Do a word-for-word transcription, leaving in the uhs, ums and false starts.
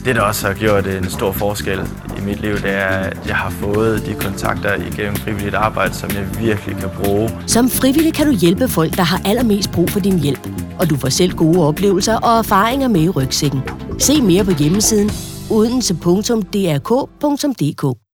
Det, der også har gjort en stor forskel i mit liv, det er, at jeg har fået de kontakter igennem frivilligt arbejde, som jeg virkelig kan bruge. Som frivillig kan du hjælpe folk, der har allermest brug for din hjælp. Og du får selv gode oplevelser og erfaringer med i rygsækken. Se mere på hjemmesiden odense punktum d r k punktum d k.